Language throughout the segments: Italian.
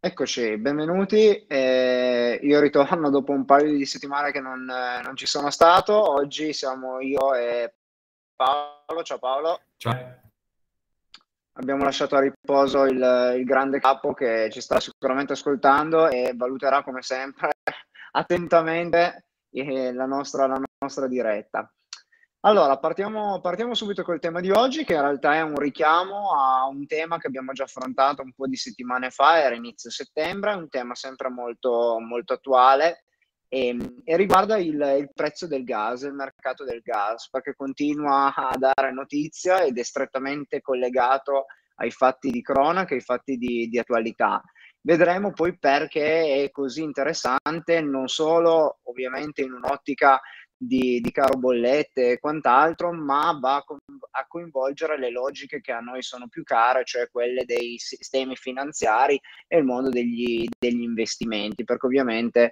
Eccoci, benvenuti. Io ritorno dopo un paio di settimane che non ci sono stato. Oggi siamo io e Paolo. Ciao Paolo. Cioè, Abbiamo lasciato a riposo il grande capo che ci sta sicuramente ascoltando e valuterà come sempre attentamente la nostra diretta. Allora, partiamo subito col tema di oggi, che in realtà è un richiamo a un tema che abbiamo già affrontato un po' di settimane fa, era inizio settembre, un tema sempre molto, molto attuale e riguarda il prezzo del gas, il mercato del gas, perché continua a dare notizia ed è strettamente collegato ai fatti di cronaca, ai fatti di attualità. Vedremo poi perché è così interessante, non solo ovviamente in un'ottica di caro bollette e quant'altro, ma a coinvolgere le logiche che a noi sono più care, cioè quelle dei sistemi finanziari e il mondo degli investimenti, perché ovviamente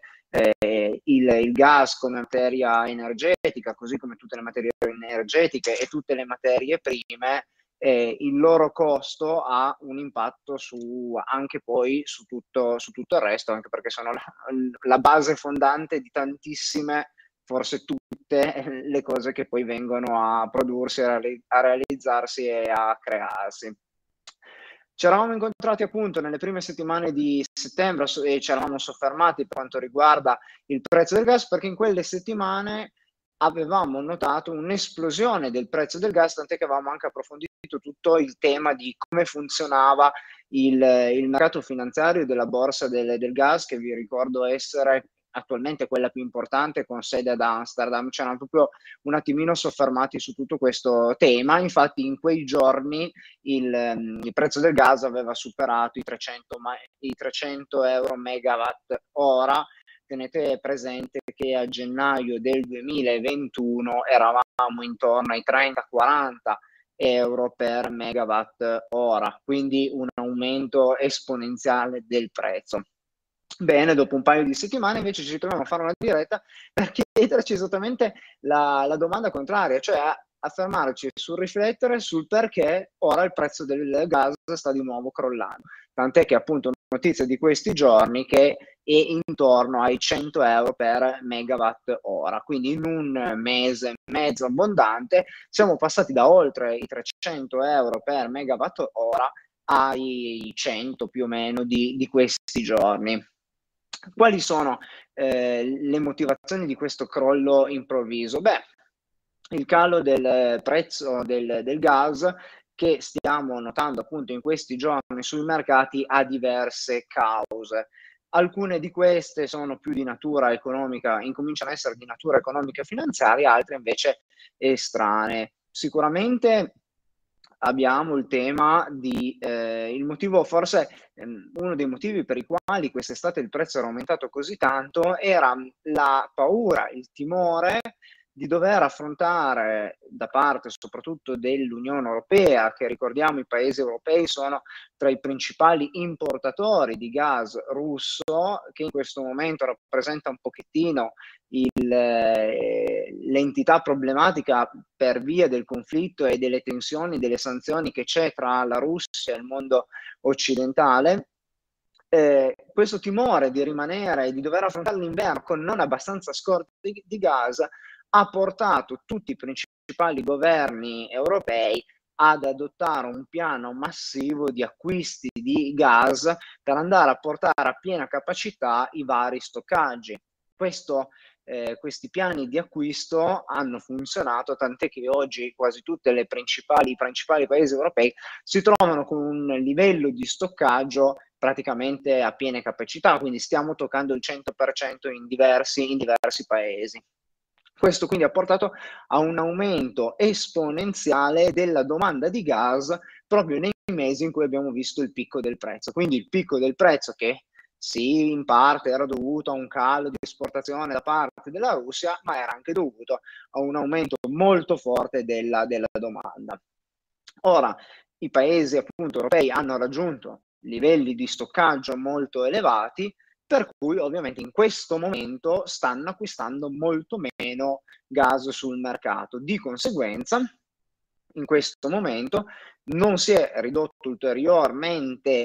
il gas come materia energetica, così come tutte le materie energetiche e tutte le materie prime, il loro costo ha un impatto anche poi su tutto il resto, anche perché sono la base fondante di tantissime, forse tutte le cose che poi vengono a prodursi, a realizzarsi e a crearsi. Ci eravamo incontrati appunto nelle prime settimane di settembre e ci eravamo soffermati per quanto riguarda il prezzo del gas, perché in quelle settimane avevamo notato un'esplosione del prezzo del gas, tant'è che avevamo anche approfondito tutto il tema di come funzionava il mercato finanziario della borsa del gas, che vi ricordo essere attualmente quella più importante con sede ad Amsterdam. C'erano proprio un attimino soffermati su tutto questo tema. Infatti in quei giorni il prezzo del gas aveva superato i 300 euro megawatt ora. Tenete presente che a gennaio del 2021 eravamo intorno ai 30-40 euro per megawatt ora, quindi un aumento esponenziale del prezzo. Bene, dopo un paio di settimane invece ci ritroviamo a fare una diretta per chiederci esattamente la domanda contraria, cioè a fermarci sul riflettere sul perché ora il prezzo del gas sta di nuovo crollando. Tant'è che appunto notizia di questi giorni che è intorno ai 100 euro per megawatt ora, quindi in un mese e mezzo abbondante siamo passati da oltre i 300 euro per megawatt ora ai 100 più o meno di questi giorni. Quali sono le motivazioni di questo crollo improvviso? Beh, il calo del prezzo del gas che stiamo notando appunto in questi giorni sui mercati ha diverse cause. Alcune di queste sono più di natura economica, incominciano a essere di natura economica e finanziaria, altre invece estranee. Sicuramente abbiamo il tema il motivo, forse uno dei motivi per i quali quest'estate il prezzo era aumentato così tanto era la paura, il timore di dover affrontare da parte soprattutto dell'Unione Europea, che ricordiamo i paesi europei sono tra i principali importatori di gas russo, che in questo momento rappresenta un pochettino l'entità problematica per via del conflitto e delle tensioni, delle sanzioni che c'è tra la Russia e il mondo occidentale. Questo timore di rimanere e di dover affrontare l'inverno con non abbastanza scorte di gas ha portato tutti i principali governi europei ad adottare un piano massivo di acquisti di gas per andare a portare a piena capacità i vari stoccaggi. Questi piani di acquisto hanno funzionato, tant'è che oggi quasi tutti i principali paesi europei si trovano con un livello di stoccaggio praticamente a piene capacità, quindi stiamo toccando il 100% in diversi paesi. Questo quindi ha portato a un aumento esponenziale della domanda di gas proprio nei mesi in cui abbiamo visto il picco del prezzo. Quindi il picco del prezzo, che sì, in parte era dovuto a un calo di esportazione da parte della Russia, ma era anche dovuto a un aumento molto forte della domanda. Ora, i paesi appunto europei hanno raggiunto livelli di stoccaggio molto elevati, per cui ovviamente in questo momento stanno acquistando molto meno gas sul mercato. Di conseguenza, in questo momento non si è ridotto ulteriormente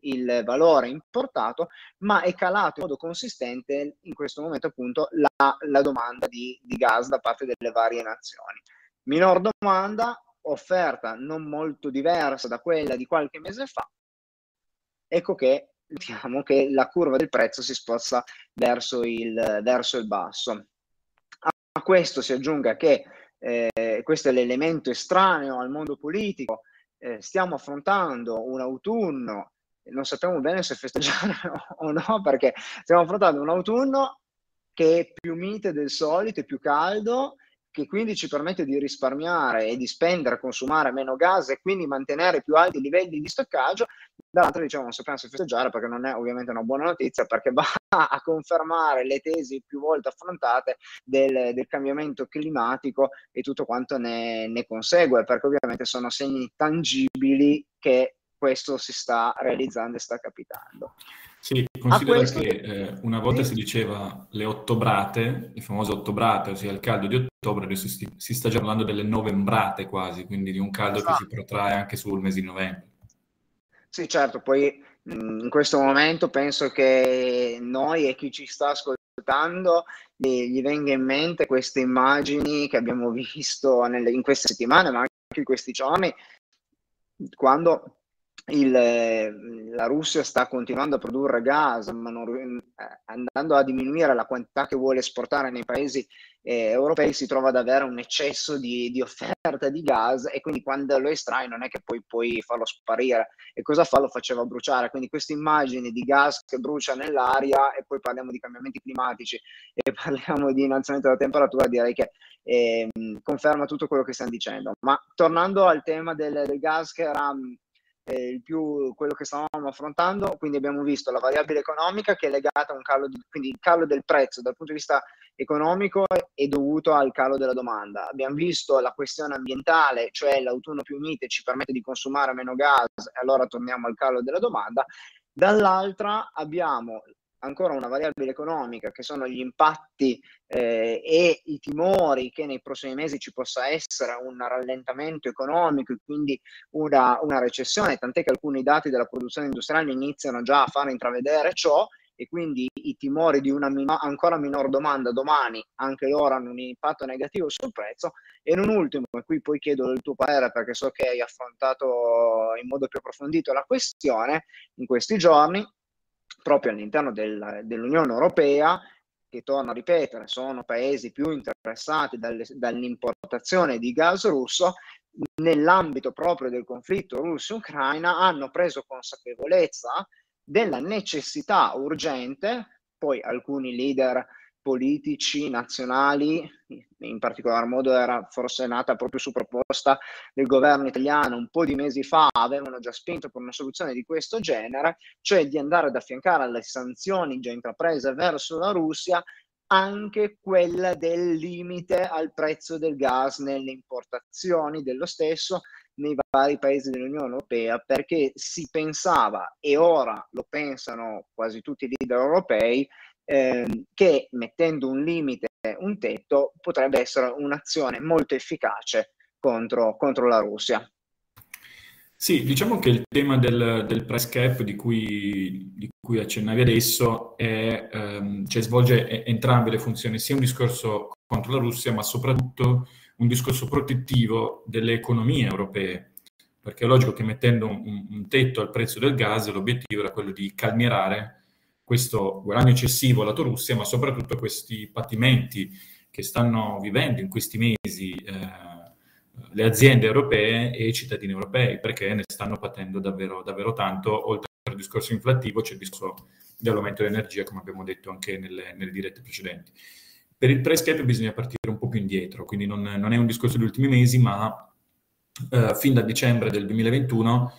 il valore importato, ma è calato in modo consistente in questo momento appunto la domanda di gas da parte delle varie nazioni. Minor domanda, offerta non molto diversa da quella di qualche mese fa, ecco che diciamo che la curva del prezzo si sposta verso il basso. A questo si aggiunga che questo è l'elemento estraneo al mondo politico, stiamo affrontando un autunno, non sappiamo bene se festeggiare o no, perché stiamo affrontando un autunno che è più mite del solito, è più caldo, che quindi ci permette di risparmiare e di spendere, consumare meno gas e quindi mantenere più alti livelli di stoccaggio. Dall'altro diciamo non sappiamo se festeggiare, perché non è ovviamente una buona notizia, perché va a confermare le tesi più volte affrontate del cambiamento climatico e tutto quanto ne consegue, perché ovviamente sono segni tangibili che questo si sta realizzando e sta capitando. Sì, considera che una volta si diceva le ottobrate, le famose ottobrate, ossia il caldo di ottobre, adesso si sta già parlando delle novembrate quasi, quindi di un caldo che si protrae anche sul mese di novembre. Sì, certo, poi in questo momento penso che noi e chi ci sta ascoltando gli venga in mente queste immagini che abbiamo visto in queste settimane, ma anche in questi giorni, quando la Russia sta continuando a produrre gas, ma andando a diminuire la quantità che vuole esportare nei paesi europei, si trova ad avere un eccesso di offerta di gas, e quindi quando lo estrai non è che puoi farlo sparire, e cosa fa? Lo faceva bruciare. Quindi queste immagini di gas che brucia nell'aria, e poi parliamo di cambiamenti climatici e parliamo di innalzamento della temperatura, direi che conferma tutto quello che stiamo dicendo. Ma tornando al tema del gas, che era quello che stavamo affrontando, quindi abbiamo visto la variabile economica che è legata a un calo, quindi il calo del prezzo dal punto di vista economico è dovuto al calo della domanda. Abbiamo visto la questione ambientale, cioè l'autunno più mite ci permette di consumare meno gas, e allora torniamo al calo della domanda. Dall'altra abbiamo ancora una variabile economica, che sono gli impatti e i timori che nei prossimi mesi ci possa essere un rallentamento economico e quindi una recessione, tant'è che alcuni dati della produzione industriale iniziano già a far intravedere ciò, e quindi i timori di una ancora minor domanda domani anche loro hanno un impatto negativo sul prezzo. E non ultimo, e qui poi chiedo il tuo parere perché so che hai affrontato in modo più approfondito la questione in questi giorni, proprio all'interno dell'Unione Europea, che torno a ripetere, sono paesi più interessati dall'importazione di gas russo, nell'ambito proprio del conflitto Russia-Ucraina hanno preso consapevolezza della necessità urgente. Poi alcuni leader politici nazionali, in particolar modo era forse nata proprio su proposta del governo italiano un po' di mesi fa, avevano già spinto per una soluzione di questo genere, cioè di andare ad affiancare alle sanzioni già intraprese verso la Russia anche quella del limite al prezzo del gas nelle importazioni dello stesso nei vari paesi dell'Unione Europea, perché si pensava, e ora lo pensano quasi tutti i leader europei, che mettendo un limite, un tetto, potrebbe essere un'azione molto efficace contro la Russia. Sì, diciamo che il tema del price cap di cui accennavi adesso svolge entrambe le funzioni, sia un discorso contro la Russia, ma soprattutto un discorso protettivo delle economie europee, perché è logico che mettendo un tetto al prezzo del gas l'obiettivo era quello di calmierare questo guadagno eccessivo lato Russia, ma soprattutto questi patimenti che stanno vivendo in questi mesi le aziende europee e i cittadini europei, perché ne stanno patendo davvero, davvero tanto. Oltre al discorso inflattivo c'è il discorso dell'aumento dell'energia, come abbiamo detto anche nelle dirette precedenti. Per il price cap bisogna partire un po' più indietro, quindi non è un discorso degli ultimi mesi, ma fin da dicembre del 2021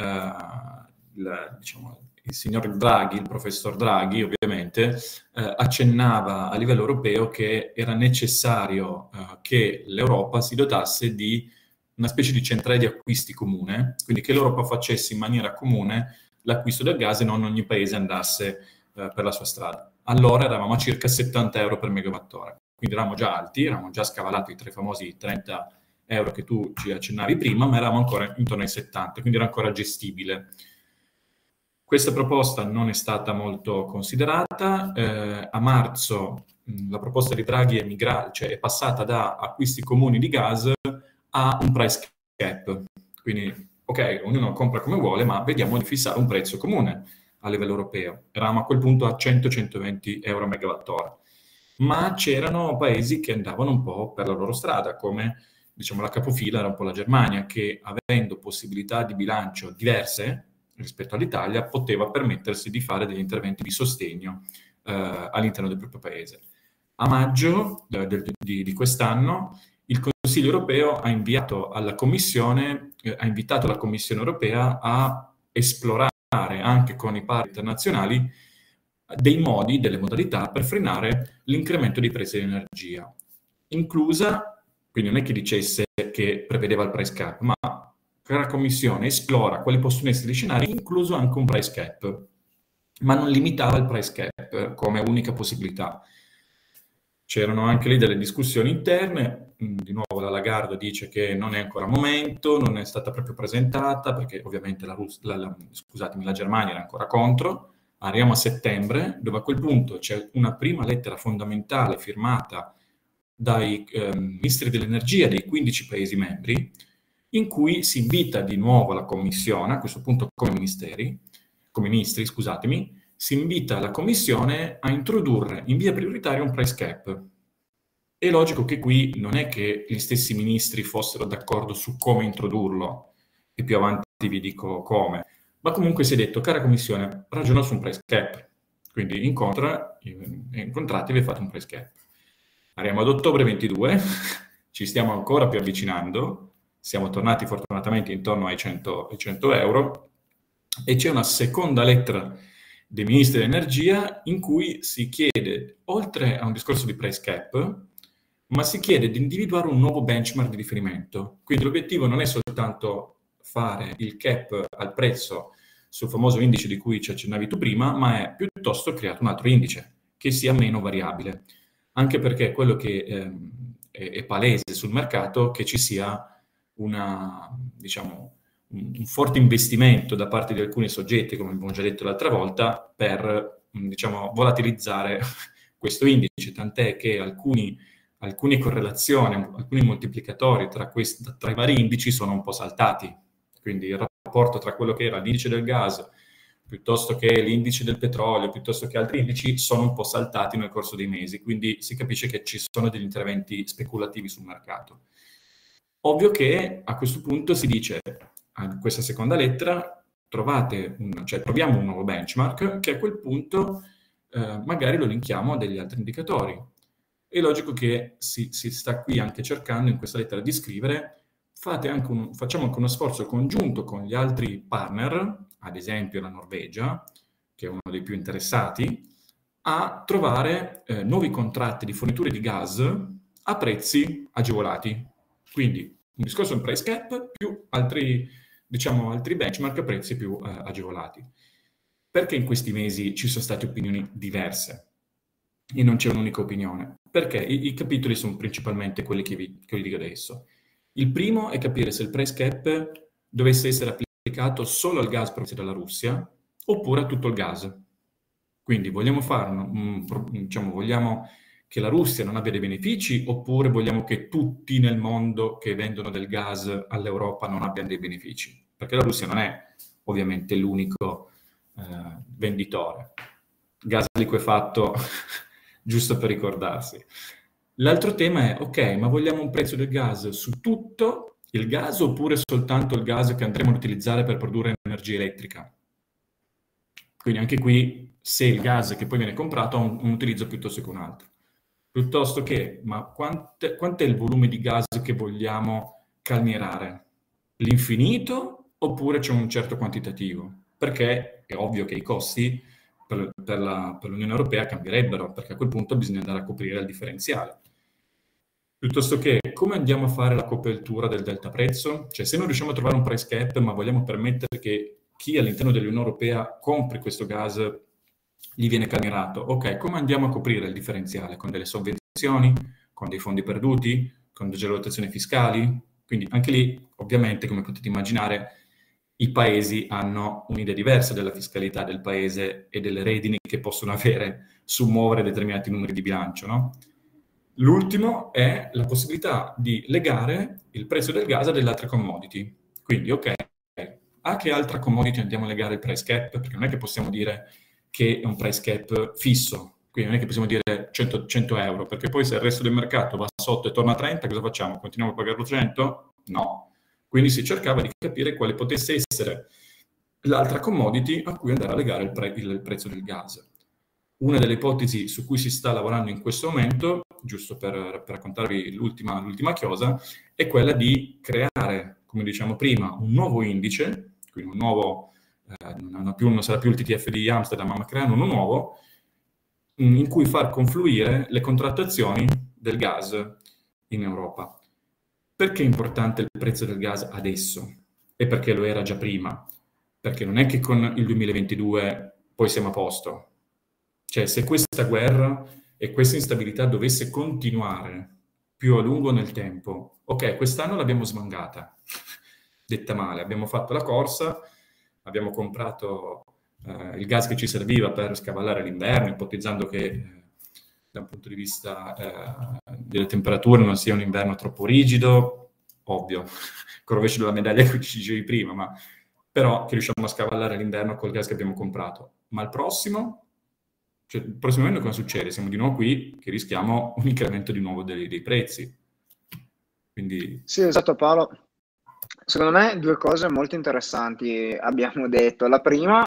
il signor Draghi, il professor Draghi ovviamente, accennava a livello europeo che era necessario che l'Europa si dotasse di una specie di centrale di acquisti comune, quindi che l'Europa facesse in maniera comune l'acquisto del gas e non ogni paese andasse per la sua strada. Allora eravamo a circa 70 euro per megawattora, quindi eravamo già alti, eravamo già scavalati tra i famosi 30 euro che tu ci accennavi prima, ma eravamo ancora intorno ai 70, quindi era ancora gestibile. Questa proposta non è stata molto considerata. A marzo la proposta di Draghi è passata da acquisti comuni di gas a un price cap. Quindi, ok, ognuno compra come vuole, ma vediamo di fissare un prezzo comune a livello europeo. Eravamo a quel punto a 100-120 euro a megawattora. Ma c'erano paesi che andavano un po' per la loro strada, come diciamo la capofila era un po' la Germania, che avendo possibilità di bilancio diverse rispetto all'Italia, poteva permettersi di fare degli interventi di sostegno all'interno del proprio paese. A maggio di quest'anno il Consiglio europeo ha invitato la Commissione europea a esplorare anche con i partner internazionali dei modi, delle modalità per frenare l'incremento dei prezzi dell'energia, inclusa, quindi non è che dicesse che prevedeva il price cap, ma la Commissione esplora quali possono essere gli scenari, incluso anche un price cap, ma non limitava il price cap come unica possibilità. C'erano anche lì delle discussioni interne, di nuovo la Lagarde dice che non è ancora momento, non è stata proprio presentata, perché ovviamente la Germania era ancora contro. Arriviamo a settembre, dove a quel punto c'è una prima lettera fondamentale firmata dai ministri dell'energia dei 15 Paesi membri, in cui si invita di nuovo la Commissione, a questo punto come ministri, si invita la Commissione a introdurre in via prioritaria un price cap. È logico che qui non è che gli stessi ministri fossero d'accordo su come introdurlo, e più avanti vi dico come, ma comunque si è detto, cara Commissione, ragiona su un price cap, quindi incontratevi e fate un price cap. Arriviamo ad ottobre 22, ci stiamo ancora più avvicinando, siamo tornati fortunatamente intorno ai 100 euro, e c'è una seconda lettera dei ministri dell'energia in cui si chiede, oltre a un discorso di price cap, ma si chiede di individuare un nuovo benchmark di riferimento. Quindi l'obiettivo non è soltanto fare il cap al prezzo sul famoso indice di cui ci accennavi tu prima, ma è piuttosto creare un altro indice che sia meno variabile. Anche perché quello che è palese sul mercato che ci sia un forte investimento da parte di alcuni soggetti, come abbiamo già detto l'altra volta, per volatilizzare questo indice, tant'è che alcune correlazioni, alcuni moltiplicatori tra i vari indici sono un po' saltati. Quindi il rapporto tra quello che era l'indice del gas, piuttosto che l'indice del petrolio, piuttosto che altri indici, sono un po' saltati nel corso dei mesi. Quindi si capisce che ci sono degli interventi speculativi sul mercato. Ovvio che a questo punto si dice, a questa seconda lettera, troviamo un nuovo benchmark che a quel punto magari lo linkiamo a degli altri indicatori. È logico che si sta qui anche cercando in questa lettera di scrivere, facciamo anche uno sforzo congiunto con gli altri partner, ad esempio la Norvegia, che è uno dei più interessati, a trovare nuovi contratti di forniture di gas a prezzi agevolati. Quindi un discorso in price cap più altri benchmark a prezzi più agevolati. Perché in questi mesi ci sono state opinioni diverse e non c'è un'unica opinione? Perché i capitoli sono principalmente quelli che vi dico adesso. Il primo è capire se il price cap dovesse essere applicato solo al gas proveniente dalla Russia oppure a tutto il gas. Quindi vogliamo vogliamo che la Russia non abbia dei benefici oppure vogliamo che tutti nel mondo che vendono del gas all'Europa non abbiano dei benefici? Perché la Russia non è ovviamente l'unico venditore. Gas liquefatto, giusto per ricordarsi. L'altro tema è, ok, ma vogliamo un prezzo del gas su tutto il gas oppure soltanto il gas che andremo ad utilizzare per produrre energia elettrica? Quindi anche qui, se il gas che poi viene comprato ha un utilizzo piuttosto che un altro. Piuttosto che, ma quant'è il volume di gas che vogliamo calmierare? L'infinito oppure c'è un certo quantitativo? Perché è ovvio che i costi per l'Unione Europea cambierebbero, perché a quel punto bisogna andare a coprire il differenziale. Piuttosto che, come andiamo a fare la copertura del delta prezzo? Cioè, se non riusciamo a trovare un price cap, ma vogliamo permettere che chi all'interno dell'Unione Europea compri questo gas gli viene calmierato, ok, come andiamo a coprire il differenziale? Con delle sovvenzioni? Con dei fondi perduti? Con delle agevolazioni fiscali? Quindi anche lì, ovviamente, come potete immaginare, i paesi hanno un'idea diversa della fiscalità del paese e delle redini che possono avere su muovere determinati numeri di bilancio, no? L'ultimo è la possibilità di legare il prezzo del gas a delle altre commodity. Quindi, ok, a che altra commodity andiamo a legare il price cap? Perché non è che possiamo dire che è un price cap fisso, quindi non è che possiamo dire 100 euro, perché poi se il resto del mercato va sotto e torna a 30, cosa facciamo? Continuiamo a pagarlo 100? No. Quindi si cercava di capire quale potesse essere l'altra commodity a cui andare a legare il prezzo del gas. Una delle ipotesi su cui si sta lavorando in questo momento, giusto per raccontarvi l'ultima chiosa, è quella di creare, come diciamo prima, un nuovo indice, quindi un nuovo, non sarà più il TTF di Amsterdam, ma creare uno nuovo, in cui far confluire le contrattazioni del gas in Europa. Perché è importante il prezzo del gas adesso? E perché lo era già prima? Perché non è che con il 2022 poi siamo a posto. Cioè, se questa guerra e questa instabilità dovesse continuare più a lungo nel tempo, ok, quest'anno l'abbiamo smangata, detta male, abbiamo fatto la corsa, abbiamo comprato il gas che ci serviva per scavallare l'inverno, ipotizzando che da un punto di vista delle temperature non sia un inverno troppo rigido, ovvio, con rovescio della medaglia che ci dicevi prima, ma però che riusciamo a scavallare l'inverno col gas che abbiamo comprato. Ma il prossimo? Cioè, il prossimo anno cosa succede? Siamo di nuovo qui che rischiamo un incremento di nuovo dei prezzi. Quindi... Sì, esatto Paolo. Secondo me due cose molto interessanti abbiamo detto. La prima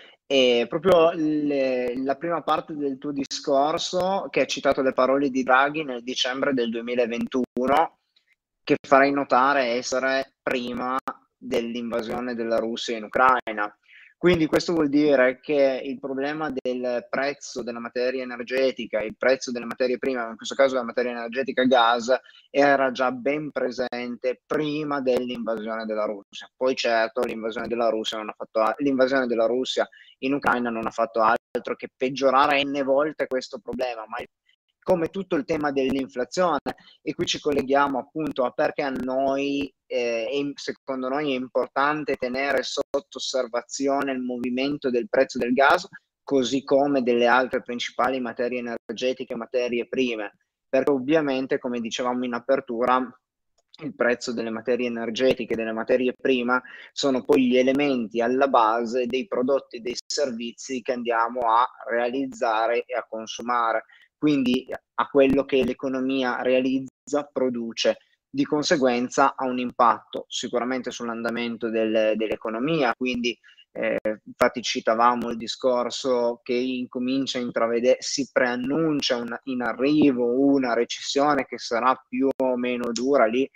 è proprio la prima parte del tuo discorso che hai citato le parole di Draghi nel dicembre del 2021, che farei notare essere prima dell'invasione della Russia in Ucraina. Quindi questo vuol dire che il problema del prezzo della materia energetica, il prezzo delle materie prime, in questo caso la materia energetica gas, era già ben presente prima dell'invasione della Russia. Poi certo l'invasione della Russia in Ucraina non ha fatto altro che peggiorare n volte questo problema, ma come tutto il tema dell'inflazione, e qui ci colleghiamo appunto a perché a noi, secondo noi è importante tenere sotto osservazione il movimento del prezzo del gas, così come delle altre principali materie energetiche e materie prime, perché ovviamente, come dicevamo in apertura, il prezzo delle materie energetiche, delle materie prime, sono poi gli elementi alla base dei prodotti e dei servizi che andiamo a realizzare e a consumare. Quindi a quello che l'economia realizza, produce. Di conseguenza ha un impatto sicuramente sull'andamento dell'economia, quindi infatti citavamo il discorso che incomincia a intravedere, si preannuncia in arrivo una recessione che sarà più o meno dura, lì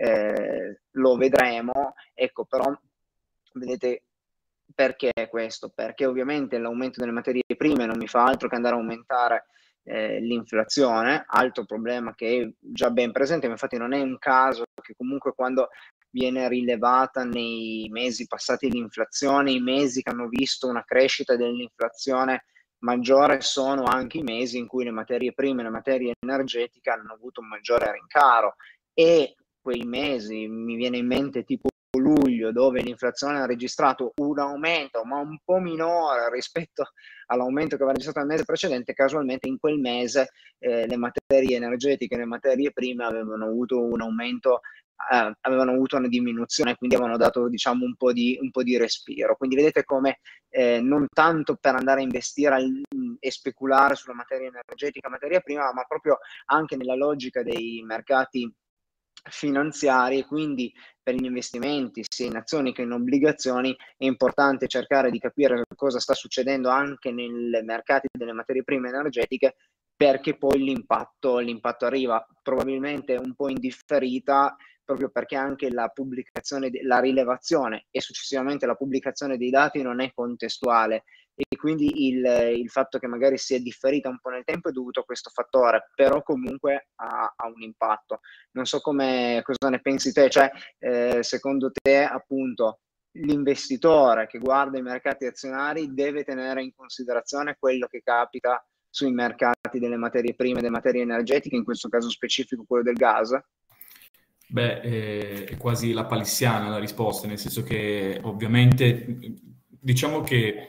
lo vedremo, ecco. Però vedete perché questo? Perché ovviamente l'aumento delle materie prime non mi fa altro che andare a aumentare l'inflazione, altro problema che è già ben presente, ma infatti non è un caso che comunque quando viene rilevata nei mesi passati l'inflazione, i mesi che hanno visto una crescita dell'inflazione maggiore sono anche i mesi in cui le materie prime, le materie energetiche hanno avuto un maggiore rincaro, e quei mesi mi viene in mente tipo luglio, dove l'inflazione ha registrato un aumento ma un po' minore rispetto all'aumento che aveva registrato nel mese precedente. Casualmente in quel mese le materie energetiche, le materie prime avevano avuto un aumento, avevano avuto una diminuzione, quindi avevano dato, diciamo, un po' di respiro. Quindi vedete come non tanto per andare a investire e speculare sulla materia energetica, materia prima, ma proprio anche nella logica dei mercati finanziari, e quindi per gli investimenti sia in azioni che in obbligazioni è importante cercare di capire cosa sta succedendo anche nei mercati delle materie prime energetiche, perché poi l'impatto arriva probabilmente un po' in differita, proprio perché anche la pubblicazione, la rilevazione e successivamente la pubblicazione dei dati non è contestuale, e quindi il fatto che magari sia differita un po' nel tempo è dovuto a questo fattore, però comunque ha un impatto. Non so cosa ne pensi te, cioè secondo te appunto l'investitore che guarda i mercati azionari deve tenere in considerazione quello che capita sui mercati delle materie prime, delle materie energetiche, in questo caso specifico quello del gas? Beh, è quasi la palissiana la risposta, nel senso che ovviamente diciamo che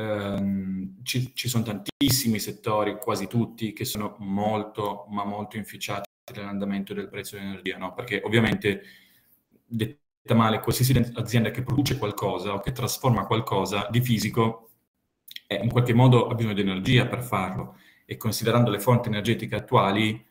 ci sono tantissimi settori, quasi tutti, che sono molto, ma molto inficiati dall'andamento del prezzo dell'energia, no? Perché ovviamente, detta male, qualsiasi azienda che produce qualcosa o che trasforma qualcosa di fisico, in qualche modo ha bisogno di energia per farlo. E considerando le fonti energetiche attuali,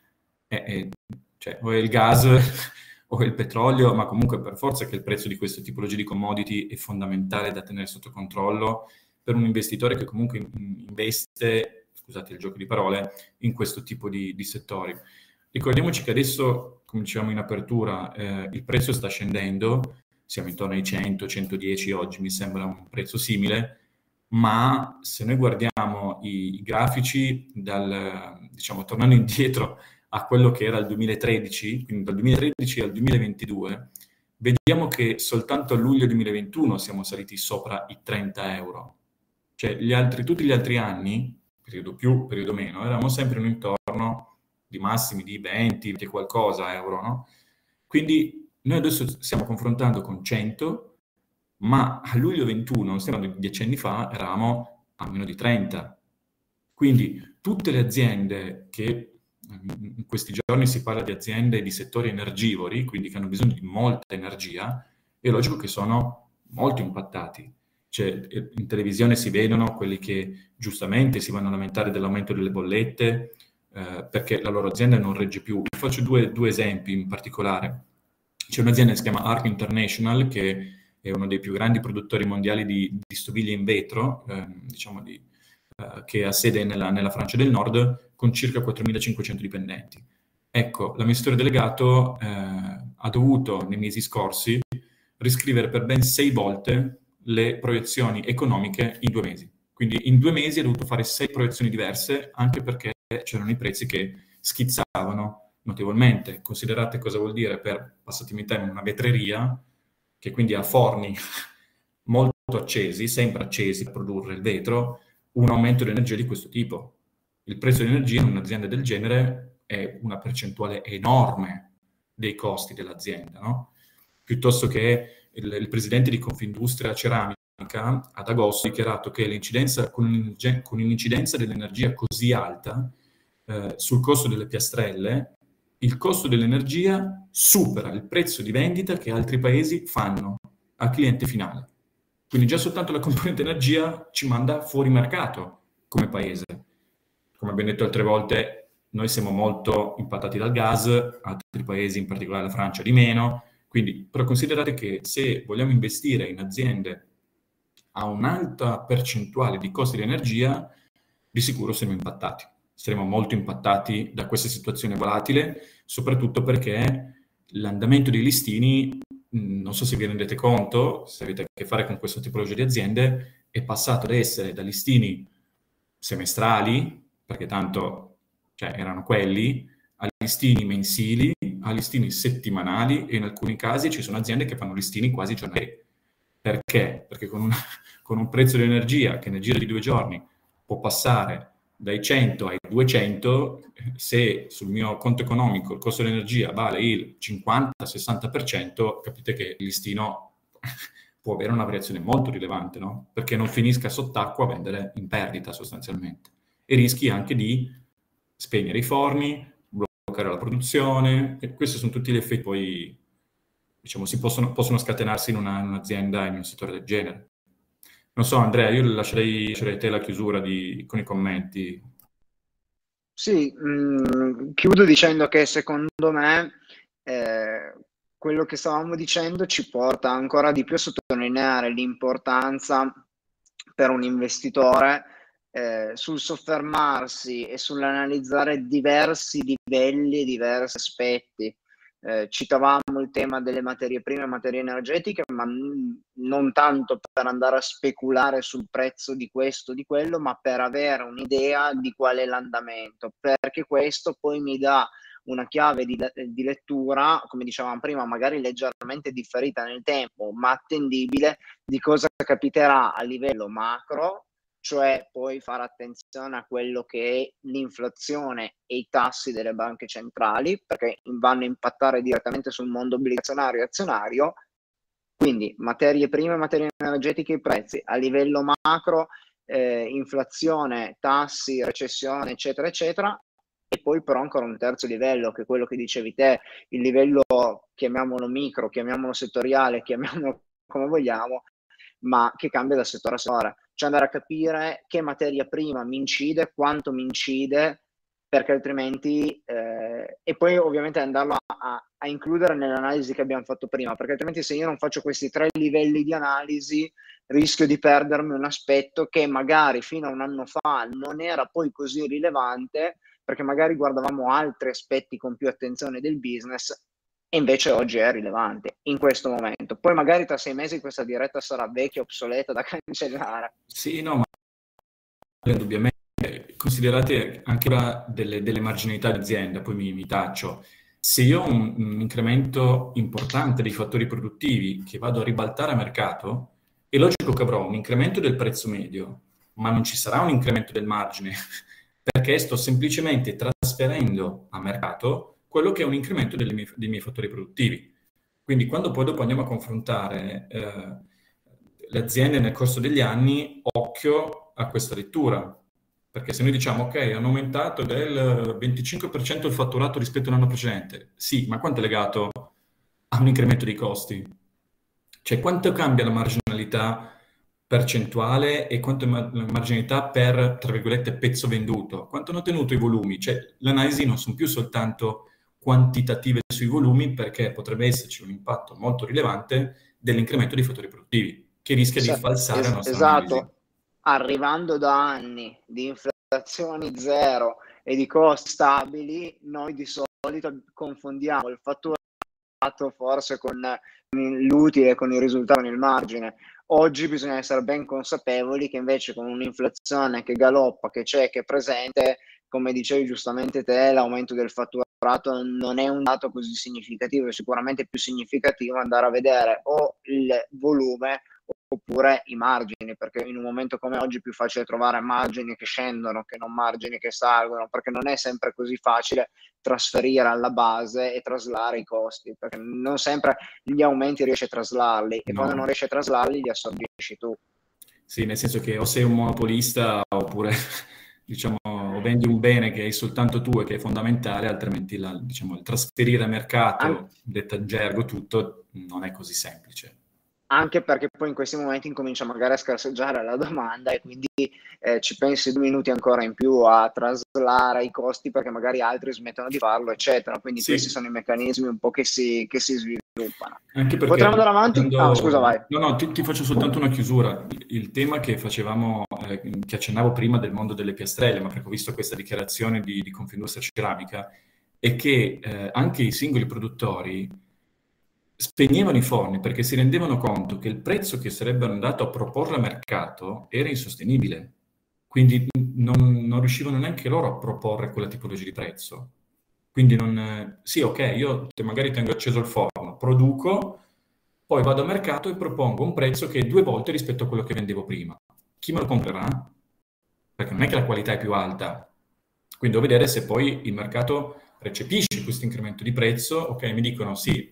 cioè, o è il gas o è il petrolio, ma comunque per forza che il prezzo di queste tipologie di commodity è fondamentale da tenere sotto controllo per un investitore che comunque investe, scusate il gioco di parole, in questo tipo di settori. Ricordiamoci che adesso, come dicevamo in apertura, il prezzo sta scendendo, siamo intorno ai 100-110 oggi, mi sembra un prezzo simile, ma se noi guardiamo i grafici, diciamo, tornando indietro a quello che era il 2013, quindi dal 2013 al 2022, vediamo che soltanto a luglio 2021 siamo saliti sopra i 30 euro. Cioè tutti gli altri anni, periodo più, periodo meno, eravamo sempre in un intorno di massimi di 20 e qualcosa euro, no? Quindi noi adesso stiamo confrontando con 100, ma a luglio 21, stiamo 10 anni fa, eravamo a meno di 30. Quindi tutte le aziende che in questi giorni si parla di aziende di settori energivori, quindi che hanno bisogno di molta energia, è logico che sono molto impattati. Cioè, in televisione si vedono quelli che giustamente si vanno a lamentare dell'aumento delle bollette, perché la loro azienda non regge più. Faccio due esempi in particolare. C'è un'azienda che si chiama Arc International, che è uno dei più grandi produttori mondiali di stoviglie in vetro, diciamo che ha sede nella Francia del Nord, con circa 4.500 dipendenti. Ecco, l'amministratore delegato ha dovuto, nei mesi scorsi, riscrivere per ben 6 volte le proiezioni economiche in 2 mesi. Quindi in 2 mesi ha dovuto fare 6 proiezioni diverse, anche perché c'erano i prezzi che schizzavano notevolmente. Considerate cosa vuol dire per, passatemi in termini, una vetreria, che quindi ha forni molto accesi, sempre accesi per produrre il vetro, un aumento di energia di questo tipo. Il prezzo dell'energia in un'azienda del genere è una percentuale enorme dei costi dell'azienda, no? Piuttosto che il presidente di Confindustria Ceramica ad agosto ha dichiarato che con un'incidenza dell'energia così alta sul costo delle piastrelle, il costo dell'energia supera il prezzo di vendita che altri paesi fanno al cliente finale. Quindi già soltanto la componente energia ci manda fuori mercato come paese. Come abbiamo detto altre volte, noi siamo molto impattati dal gas, altri paesi, in particolare la Francia, di meno. Quindi, però considerate che se vogliamo investire in aziende a un'alta percentuale di costi di energia, di sicuro saremo impattati. Saremo molto impattati da questa situazione volatile, soprattutto perché l'andamento dei listini, non so se vi rendete conto, se avete a che fare con questo tipologia di aziende, è passato da essere da listini semestrali, perché tanto erano quelli, a listini mensili, a listini settimanali, e in alcuni casi ci sono aziende che fanno listini quasi giornalieri. Perché? Perché con un prezzo di energia che nel giro di 2 giorni può passare dai 100 ai 200, se sul mio conto economico il costo dell'energia vale il 50-60%, capite che il listino può avere una variazione molto rilevante, no? Perché non finisca sott'acqua a vendere in perdita sostanzialmente. E rischi anche di spegnere i forni, bloccare la produzione, e questi sono tutti gli effetti poi, diciamo, possono scatenarsi in un'azienda, in un settore del genere. Non so, Andrea, io lascerei a te la chiusura con i commenti. Sì, chiudo dicendo che secondo me quello che stavamo dicendo ci porta ancora di più a sottolineare l'importanza per un investitore sul soffermarsi e sull'analizzare diversi livelli e diversi aspetti. Citavamo il tema delle materie prime e materie energetiche, ma non tanto per andare a speculare sul prezzo di questo o di quello, ma per avere un'idea di qual è l'andamento, perché questo poi mi dà una chiave di lettura, come dicevamo prima, magari leggermente differita nel tempo, ma attendibile, di cosa capiterà a livello macro cioè poi fare attenzione a quello che è l'inflazione e i tassi delle banche centrali, perché vanno a impattare direttamente sul mondo obbligazionario e azionario. Quindi materie prime, materie energetiche, i prezzi a livello macro, inflazione, tassi, recessione, eccetera, eccetera. E poi però ancora un terzo livello, che è quello che dicevi te, il livello, chiamiamolo micro, chiamiamolo settoriale, chiamiamolo come vogliamo, ma che cambia da settore a settore. Cioè andare a capire che materia prima mi incide, quanto mi incide, perché altrimenti, e poi ovviamente andarlo a includere nell'analisi che abbiamo fatto prima, perché altrimenti se io non faccio questi 3 livelli di analisi rischio di perdermi un aspetto che magari fino a un anno fa non era poi così rilevante, perché magari guardavamo altri aspetti con più attenzione del business e invece oggi è rilevante in questo momento. Poi magari tra 6 mesi questa diretta sarà vecchia, obsoleta, da cancellare. Sì, no, ma indubbiamente considerate anche ora delle marginalità di azienda, poi mi taccio. Se io ho un incremento importante dei fattori produttivi che vado a ribaltare a mercato, è logico che avrò un incremento del prezzo medio, ma non ci sarà un incremento del margine, perché sto semplicemente trasferendo a mercato quello che è un incremento dei miei fattori produttivi. Quindi quando poi dopo andiamo a confrontare le aziende nel corso degli anni, occhio a questa lettura, perché se noi diciamo ok, hanno aumentato del 25% il fatturato rispetto all'anno precedente, sì, ma quanto è legato a un incremento dei costi? Cioè quanto cambia la marginalità percentuale e quanto è la marginalità per, tra virgolette, pezzo venduto? Quanto hanno tenuto i volumi? Cioè l'analisi non sono più soltanto quantitative sui volumi, perché potrebbe esserci un impatto molto rilevante dell'incremento dei fattori produttivi, che rischia di falsare la nostra analisi. Esatto, arrivando da anni di inflazioni zero e di costi stabili, noi di solito confondiamo il fatturato forse con l'utile, con il risultato, con il margine. Oggi bisogna essere ben consapevoli che invece con un'inflazione che galoppa, che c'è, che è presente, come dicevi giustamente te, l'aumento del fatturato non è un dato così significativo, è sicuramente più significativo andare a vedere o il volume oppure i margini, perché in un momento come oggi è più facile trovare margini che scendono che non margini che salgono, perché non è sempre così facile trasferire alla base e traslare i costi, perché non sempre gli aumenti riesci a traslarli e quando non No. riesci a traslarli li assorbisci tu. Sì, nel senso che o sei un monopolista oppure diciamo, o vendi un bene che hai soltanto tu e che è fondamentale, altrimenti diciamo, il trasferire a An- mercato, detta in gergo, tutto non è così semplice. Anche perché poi in questi momenti incomincia magari a scarseggiare la domanda e quindi ci pensi 2 minuti ancora in più a traslare i costi perché magari altri smettono di farlo, eccetera. Quindi questi Sì, sono i meccanismi un po' che si sviluppano. anche Potremmo perché andare avanti? Ah, scusa, vai. no, no, ti faccio soltanto una chiusura. Il tema che facevamo, che accennavo prima del mondo delle piastrelle, ma perché ho visto questa dichiarazione di Confindustria Ceramica, è che anche i singoli produttori spegnevano i forni perché si rendevano conto che il prezzo che sarebbero andato a proporre al mercato era insostenibile. Quindi non riuscivano neanche loro a proporre quella tipologia di prezzo. Quindi sì, ok, io magari tengo acceso il forno, produco, poi vado al mercato e propongo un prezzo che è 2 volte rispetto a quello che vendevo prima. Chi me lo comprerà? Perché non è che la qualità è più alta. Quindi devo vedere se poi il mercato recepisce questo incremento di prezzo. Ok, mi dicono sì,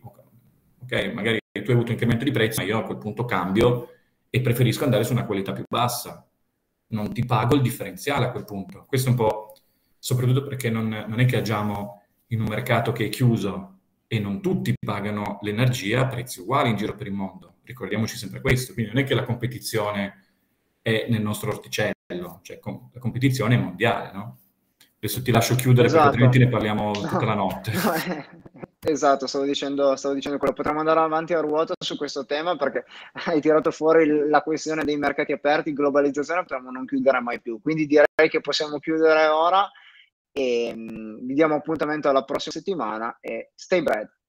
ok, magari tu hai avuto un incremento di prezzo, ma io a quel punto cambio e preferisco andare su una qualità più bassa. Non ti pago il differenziale a quel punto. Questo è un po', soprattutto perché non è che agiamo in un mercato che è chiuso e non tutti pagano l'energia a prezzi uguali in giro per il mondo. Ricordiamoci sempre questo. Quindi non è che la competizione è nel nostro orticello, cioè la competizione è mondiale, no? Adesso ti lascio chiudere perché altrimenti Esatto. ne parliamo tutta la No, notte. no, esatto, stavo dicendo quello. Potremmo andare avanti a ruota su questo tema perché hai tirato fuori la questione dei mercati aperti, globalizzazione, potremmo non chiudere mai più. Quindi direi che possiamo chiudere ora e vi diamo appuntamento alla prossima settimana e stay bread.